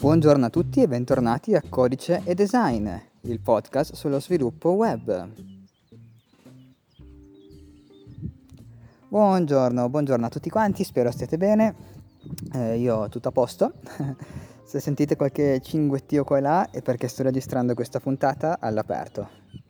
Buongiorno a tutti e bentornati a Codice e Design, il podcast sullo sviluppo web. Buongiorno a tutti quanti, spero stiate bene. Io tutto a posto. Se sentite qualche cinguettio qua e là è perché sto registrando questa puntata all'aperto.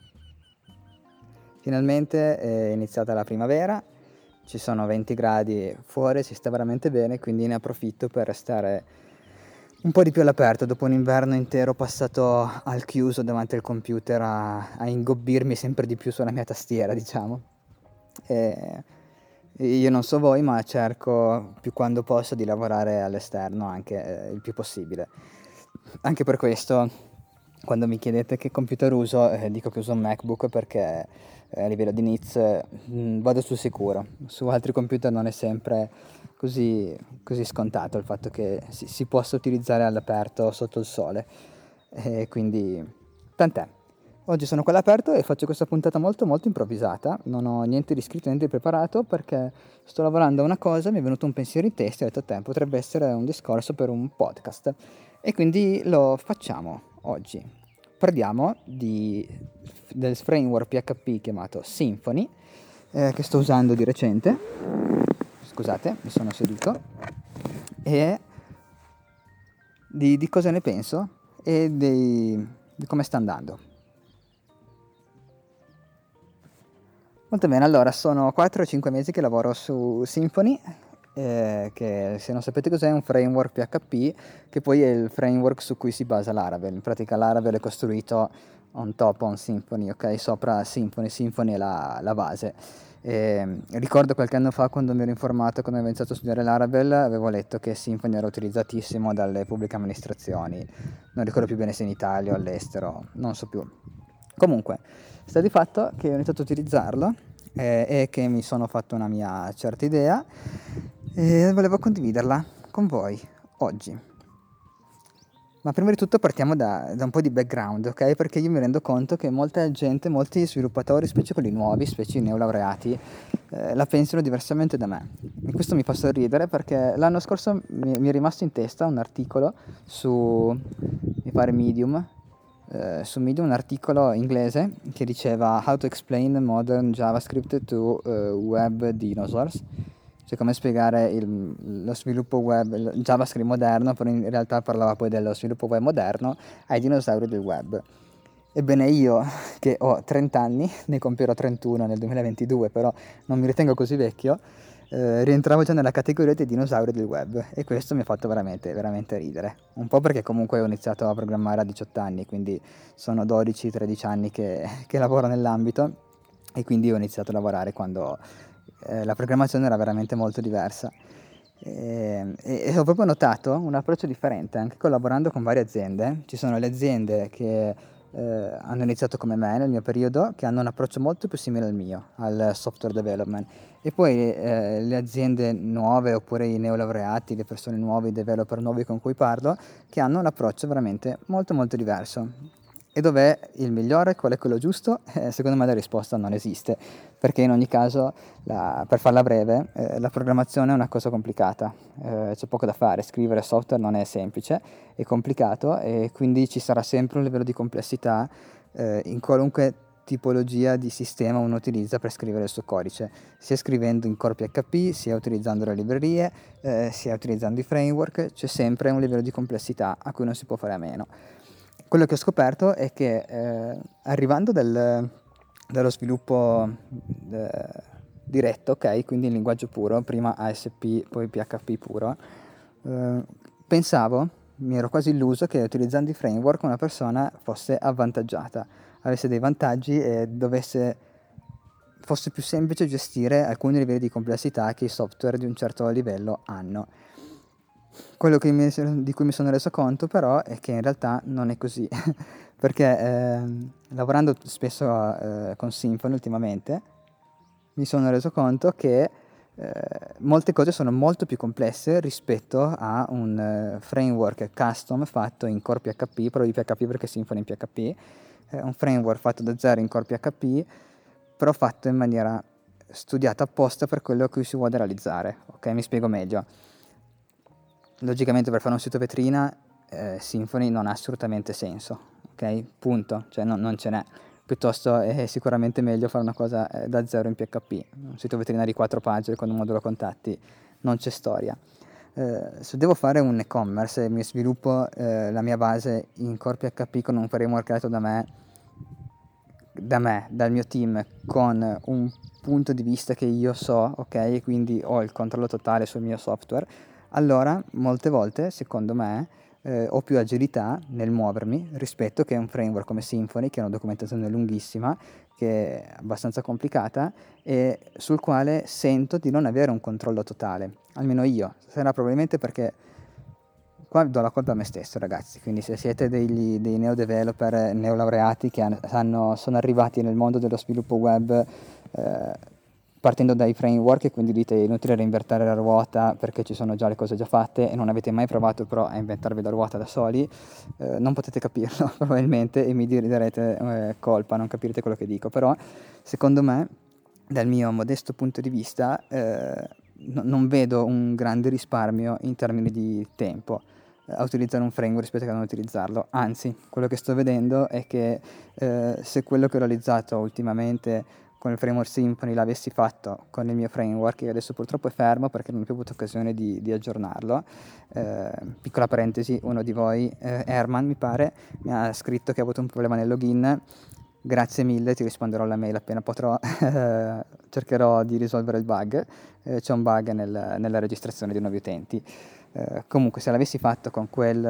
Finalmente è iniziata la primavera, ci sono 20 gradi fuori, si sta veramente bene, quindi ne approfitto per stare un po' di più all'aperto dopo un inverno intero passato al chiuso davanti al computer a ingobbirmi sempre di più sulla mia tastiera, diciamo. E io non so voi, ma cerco più quando posso di lavorare all'esterno anche il più possibile. Anche per questo, quando mi chiedete che computer uso, dico che uso un MacBook perché a livello di needs vado sul sicuro. Su altri computer non è sempre così scontato il fatto che si possa utilizzare all'aperto sotto il sole. E quindi tant'è. Oggi sono qua all'aperto e faccio questa puntata molto improvvisata, non ho niente di scritto, niente di preparato perché sto lavorando a una cosa, mi è venuto un pensiero in testa e ho detto potrebbe essere un discorso per un podcast e quindi lo facciamo oggi. Parliamo del framework PHP chiamato Symfony che sto usando di recente. Scusate, mi sono seduto. E di cosa ne penso e di come sta andando. Molto bene, allora sono 4 o 5 mesi che lavoro su Symfony, che se non sapete cos'è è un framework PHP, che poi è il framework su cui si basa Laravel. In pratica Laravel è costruito on top on Symfony, ok? Sopra Symfony è la base. Ricordo qualche anno fa quando mi ero informato, quando avevo iniziato a studiare Laravel, avevo letto che Symfony era utilizzatissimo dalle pubbliche amministrazioni, non ricordo più bene se in Italia o all'estero, non so più. Comunque, sta di fatto che ho iniziato a utilizzarlo e che mi sono fatto una mia certa idea e volevo condividerla con voi oggi. Ma prima di tutto partiamo da un po' di background, ok? Perché io mi rendo conto che molta gente, molti sviluppatori, specie quelli nuovi, specie i neolaureati, la pensano diversamente da me. E questo mi fa sorridere perché l'anno scorso mi è rimasto in testa un articolo su, mi pare Medium, su Medium un articolo inglese che diceva How to explain modern JavaScript to web dinosaurs, cioè come spiegare lo sviluppo web, il JavaScript moderno, però in realtà parlava poi dello sviluppo web moderno ai dinosauri del web. Ebbene io, che ho 30 anni, ne compierò 31 nel 2022, però non mi ritengo così vecchio, rientravo già nella categoria dei dinosauri del web e questo mi ha fatto veramente ridere. Un po' perché comunque ho iniziato a programmare a 18 anni, quindi sono 12-13 anni che lavoro nell'ambito e quindi ho iniziato a lavorare quando la programmazione era veramente molto diversa. E ho proprio notato un approccio differente anche collaborando con varie aziende. Ci sono le aziende che hanno iniziato come me nel mio periodo, che hanno un approccio molto più simile al mio, al software development, e poi le aziende nuove oppure i neolaureati, le persone nuove, i developer nuovi con cui parlo, che hanno un approccio veramente molto diverso. E dov'è il migliore? Qual è quello giusto? Secondo me la risposta non esiste, perché in ogni caso, per farla breve, la programmazione è una cosa complicata, c'è poco da fare, scrivere software non è semplice, è complicato e quindi ci sarà sempre un livello di complessità in qualunque tipologia di sistema uno utilizza per scrivere il suo codice, sia scrivendo in core PHP, sia utilizzando le librerie, sia utilizzando i framework, c'è sempre un livello di complessità a cui non si può fare a meno. Quello che ho scoperto è che arrivando dallo sviluppo diretto, ok, quindi in linguaggio puro, prima ASP, poi PHP puro, pensavo, mi ero quasi illuso che utilizzando i framework una persona fosse avvantaggiata, avesse dei vantaggi e fosse più semplice gestire alcuni livelli di complessità che i software di un certo livello hanno. Quello di cui mi sono reso conto però è che in realtà non è così, perché lavorando spesso con Symfony ultimamente mi sono reso conto che molte cose sono molto più complesse rispetto a un framework custom fatto in Core PHP, però di PHP perché Symfony in PHP, un framework fatto da zero in Core PHP, però fatto in maniera studiata apposta per quello a cui si vuole realizzare. Ok, mi spiego meglio. Logicamente per fare un sito vetrina Symfony non ha assolutamente senso, ok? Punto, cioè non ce n'è. Piuttosto è sicuramente meglio fare una cosa da zero in PHP, un sito veterinario di 4 pagine con un modulo contatti, non c'è storia. Se devo fare un e-commerce e mi sviluppo la mia base in Core PHP con un framework creato da me, dal mio team, con un punto di vista che io so, ok, e quindi ho il controllo totale sul mio software, allora molte volte, secondo me, ho più agilità nel muovermi rispetto che un framework come Symfony, che è una documentazione lunghissima, che è abbastanza complicata e sul quale sento di non avere un controllo totale, almeno io. Sarà probabilmente perché qua do la colpa a me stesso, ragazzi, quindi se siete dei neo-developer, neolaureati che sono arrivati nel mondo dello sviluppo web partendo dai framework e quindi dite è inutile reinvertire la ruota perché ci sono già le cose già fatte e non avete mai provato però a inventarvi la ruota da soli, non potete capirlo probabilmente e mi direte colpa, non capirete quello che dico, però secondo me, dal mio modesto punto di vista, non vedo un grande risparmio in termini di tempo a utilizzare un framework rispetto a non utilizzarlo, anzi quello che sto vedendo è che se quello che ho realizzato ultimamente con il framework Symfony l'avessi fatto con il mio framework, che adesso purtroppo è fermo perché non ho più avuto occasione di aggiornarlo, piccola parentesi, uno di voi, Herman mi pare, mi ha scritto che ha avuto un problema nel login. Grazie mille, ti risponderò alla mail appena potrò, cercherò di risolvere il bug, c'è un bug nella registrazione di nuovi utenti. Comunque se l'avessi fatto con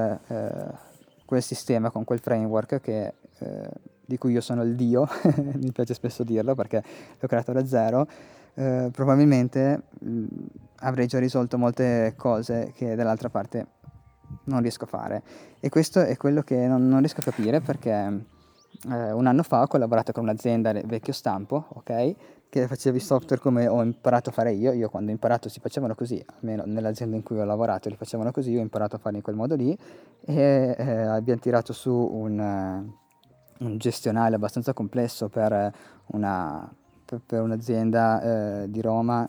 quel sistema, con quel framework di cui io sono il dio, mi piace spesso dirlo perché l'ho creato da zero, probabilmente avrei già risolto molte cose che dall'altra parte non riesco a fare. E questo è quello che non riesco a capire perché un anno fa ho collaborato con un'azienda vecchio stampo, ok? Che faceva i software come ho imparato a fare io quando ho imparato si facevano così, almeno nell'azienda in cui ho lavorato li facevano così, io ho imparato a farli in quel modo lì e abbiamo tirato su un gestionale abbastanza complesso per un'azienda di Roma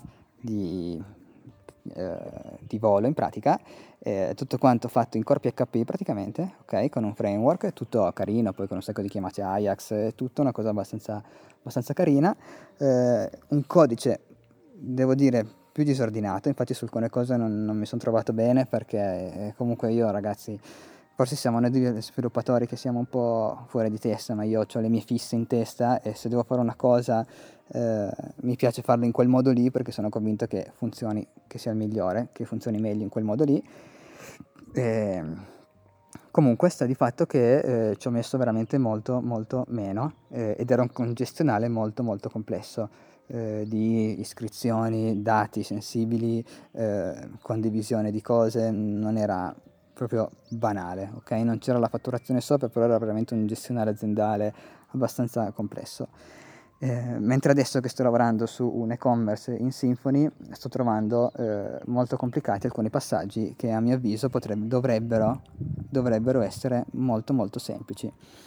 di volo in pratica, tutto quanto fatto in Core PHP praticamente, ok, con un framework, tutto carino, poi con un sacco di chiamate Ajax, tutta una cosa abbastanza carina, un codice, devo dire, più disordinato, infatti su alcune cose non mi sono trovato bene perché comunque io ragazzi, forse siamo noi due sviluppatori che siamo un po' fuori di testa, ma io ho le mie fisse in testa e se devo fare una cosa mi piace farlo in quel modo lì perché sono convinto che funzioni, che sia il migliore, che funzioni meglio in quel modo lì. E, comunque sta di fatto che ci ho messo veramente molto meno ed era un congestionale molto complesso di iscrizioni, dati sensibili, condivisione di cose, non era proprio banale, ok? Non c'era la fatturazione sopra, però era veramente un gestionale aziendale abbastanza complesso. Mentre adesso che sto lavorando su un e-commerce in Symfony sto trovando molto complicati alcuni passaggi che a mio avviso dovrebbero essere molto semplici.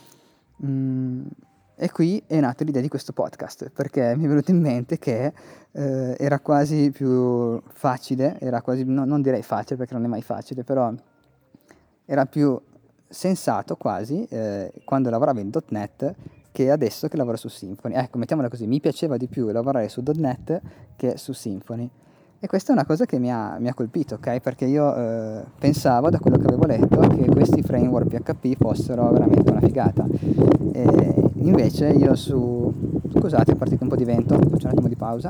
E qui è nata l'idea di questo podcast perché mi è venuto in mente che era quasi più facile, era quasi, non direi facile perché non è mai facile, però era più sensato quasi quando lavoravo in .NET che adesso che lavoro su Symfony. Ecco, mettiamola così, mi piaceva di più lavorare su .NET che su Symfony. E questa è una cosa che mi ha colpito, ok? Perché io pensavo, da quello che avevo letto, che questi framework PHP fossero veramente una figata. E invece io Scusate, è partito un po' di vento, faccio un attimo di pausa.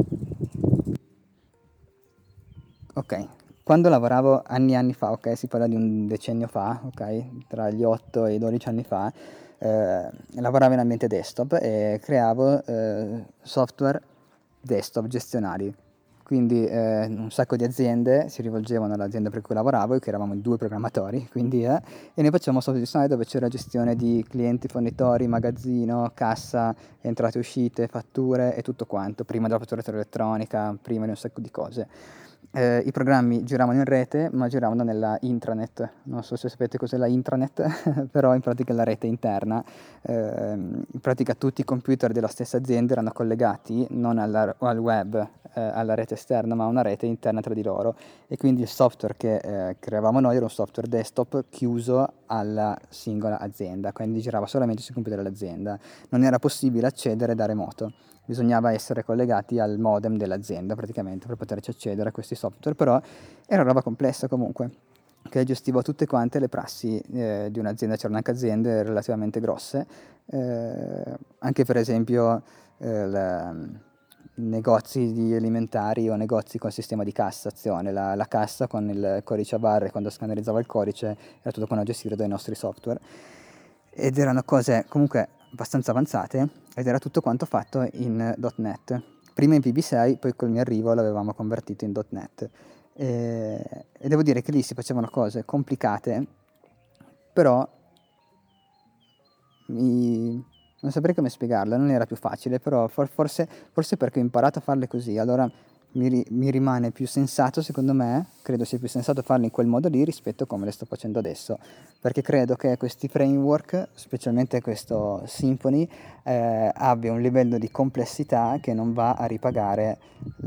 Ok, quando lavoravo anni e anni fa, ok, si parla di un decennio fa, ok, tra gli 8 e i 12 anni fa, lavoravo in ambiente desktop e creavo software desktop gestionali. Quindi un sacco di aziende si rivolgevano all'azienda per cui lavoravo, e che eravamo in due programmatori, quindi, e noi facevamo software gestionale dove c'era gestione di clienti, fornitori, magazzino, cassa, entrate e uscite, fatture e tutto quanto, prima della fatturazione elettronica, prima di un sacco di cose. I programmi giravano in rete, ma giravano nella intranet. Non so se sapete cos'è la intranet, però in pratica è la rete interna. In pratica tutti i computer della stessa azienda erano collegati non al web, alla rete esterna, ma a una rete interna tra di loro. E quindi il software che creavamo noi era un software desktop chiuso alla singola azienda, quindi girava solamente sui computer dell'azienda. Non era possibile accedere da remoto. Bisognava essere collegati al modem dell'azienda praticamente per poterci accedere a questi software, però era roba complessa comunque, che gestiva tutte quante le prassi di un'azienda. C'erano anche aziende relativamente grosse, anche per esempio negozi di alimentari o negozi con sistema di cassazione. La cassa con il codice a barre, quando scannerizzava il codice, era tutto quanto a gestire dai nostri software. Ed erano cose comunque abbastanza avanzate ed era tutto quanto fatto in .NET. Prima in VB6, poi col mio arrivo l'avevamo convertito in .NET. E devo dire che lì si facevano cose complicate, però non saprei come spiegarla, non era più facile, però forse perché ho imparato a farle così, allora mi rimane più sensato, secondo me, credo sia più sensato farle in quel modo lì rispetto a come le sto facendo adesso, perché credo che questi framework, specialmente questo Symfony, abbia un livello di complessità che non va a ripagare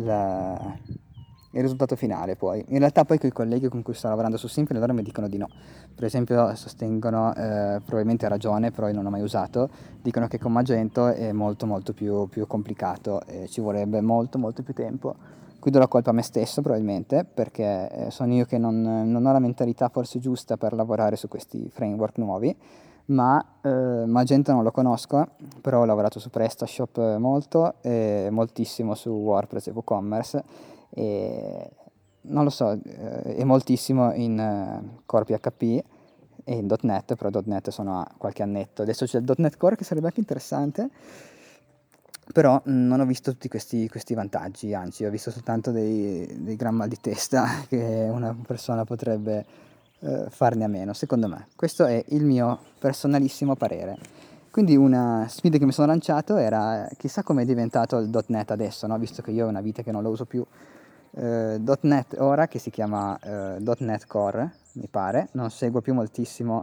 il risultato finale poi. In realtà poi con i colleghi con cui sto lavorando su Symfony loro mi dicono di no. Per esempio sostengono, probabilmente ha ragione, però io non l'ho mai usato, dicono che con Magento è molto molto più complicato e ci vorrebbe molto molto più tempo. Qui do la colpa a me stesso probabilmente, perché sono io che non ho la mentalità forse giusta per lavorare su questi framework nuovi, ma Magento non lo conosco, però ho lavorato su PrestaShop molto, e moltissimo su WordPress e WooCommerce, e non lo so, e moltissimo in Core PHP e in .NET, però .NET sono a qualche annetto. Adesso c'è il .NET Core che sarebbe anche interessante, però non ho visto tutti questi vantaggi, anzi ho visto soltanto dei gran mal di testa che una persona potrebbe farne a meno, secondo me. Questo è il mio personalissimo parere. Quindi una sfida che mi sono lanciato era chissà com'è diventato il .NET adesso, no? Visto che io è una vita che non lo uso più. .NET ora che si chiama .NET Core, mi pare, non seguo più moltissimo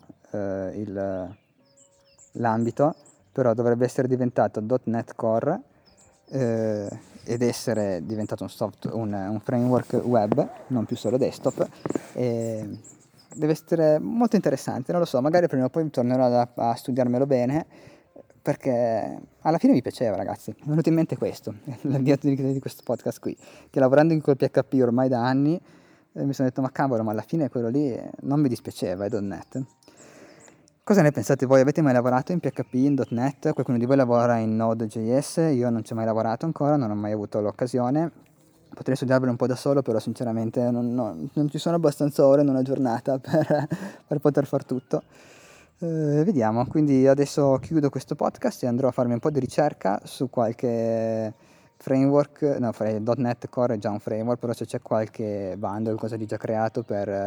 l'ambito, però dovrebbe essere diventato .NET Core ed essere diventato un framework web, non più solo desktop, e deve essere molto interessante, non lo so, magari prima o poi tornerò a studiarmelo bene, perché alla fine mi piaceva, ragazzi. Mi è venuto in mente questo, l'avvio di questo podcast qui, che lavorando in quel PHP ormai da anni mi sono detto, ma cavolo, ma alla fine quello lì non mi dispiaceva, è .NET. Cosa ne pensate voi? Avete mai lavorato in PHP, in .NET? Qualcuno di voi lavora in Node.js? Io non ci ho mai lavorato ancora, non ho mai avuto l'occasione. Potrei studiarvelo un po' da solo, però sinceramente non ci sono abbastanza ore in una giornata per poter far tutto. Vediamo, quindi adesso chiudo questo podcast e andrò a farmi un po' di ricerca su qualche framework, no, .NET Core è già un framework, però se c'è qualche bundle, qualcosa di già creato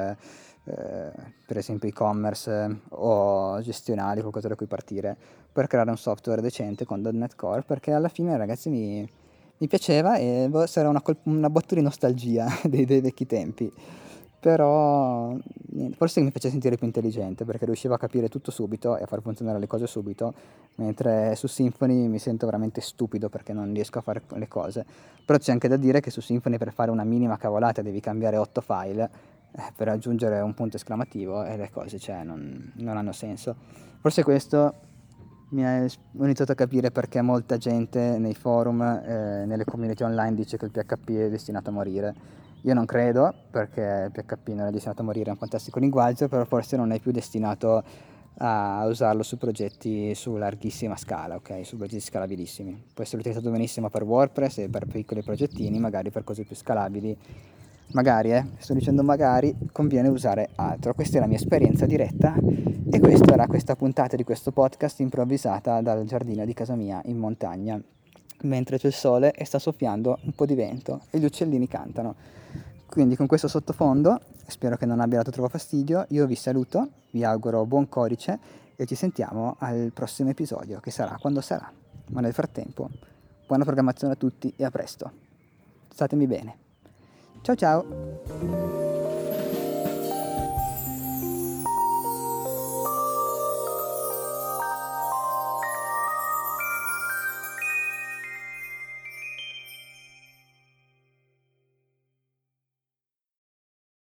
per esempio e-commerce o gestionali, qualcosa da cui partire, per creare un software decente con .NET Core, perché alla fine ragazzi mi piaceva e sarà una botta di nostalgia dei vecchi tempi. Però niente, forse mi faceva sentire più intelligente perché riuscivo a capire tutto subito e a far funzionare le cose subito, mentre su Symfony mi sento veramente stupido perché non riesco a fare le cose. Però c'è anche da dire che su Symfony per fare una minima cavolata devi cambiare 8 file per aggiungere un punto esclamativo e le cose, cioè, non hanno senso. Forse questo ho iniziato a capire perché molta gente nei forum, nelle community online dice che il PHP è destinato a morire. Io non credo, perché il PHP non è destinato a morire, è un fantastico linguaggio, però forse non è più destinato a usarlo su progetti su larghissima scala, ok? Su progetti scalabilissimi. Può essere utilizzato benissimo per WordPress e per piccoli progettini, magari per cose più scalabili. Magari, sto dicendo magari, conviene usare altro. Questa è la mia esperienza diretta e questa era questa puntata di questo podcast improvvisata dal giardino di casa mia in montagna, mentre c'è il sole e sta soffiando un po' di vento e gli uccellini cantano. Quindi con questo sottofondo, spero che non abbia dato troppo fastidio, io vi saluto, vi auguro buon codice e ci sentiamo al prossimo episodio, che sarà quando sarà. Ma nel frattempo, buona programmazione a tutti e a presto. Statemi bene. Ciao ciao!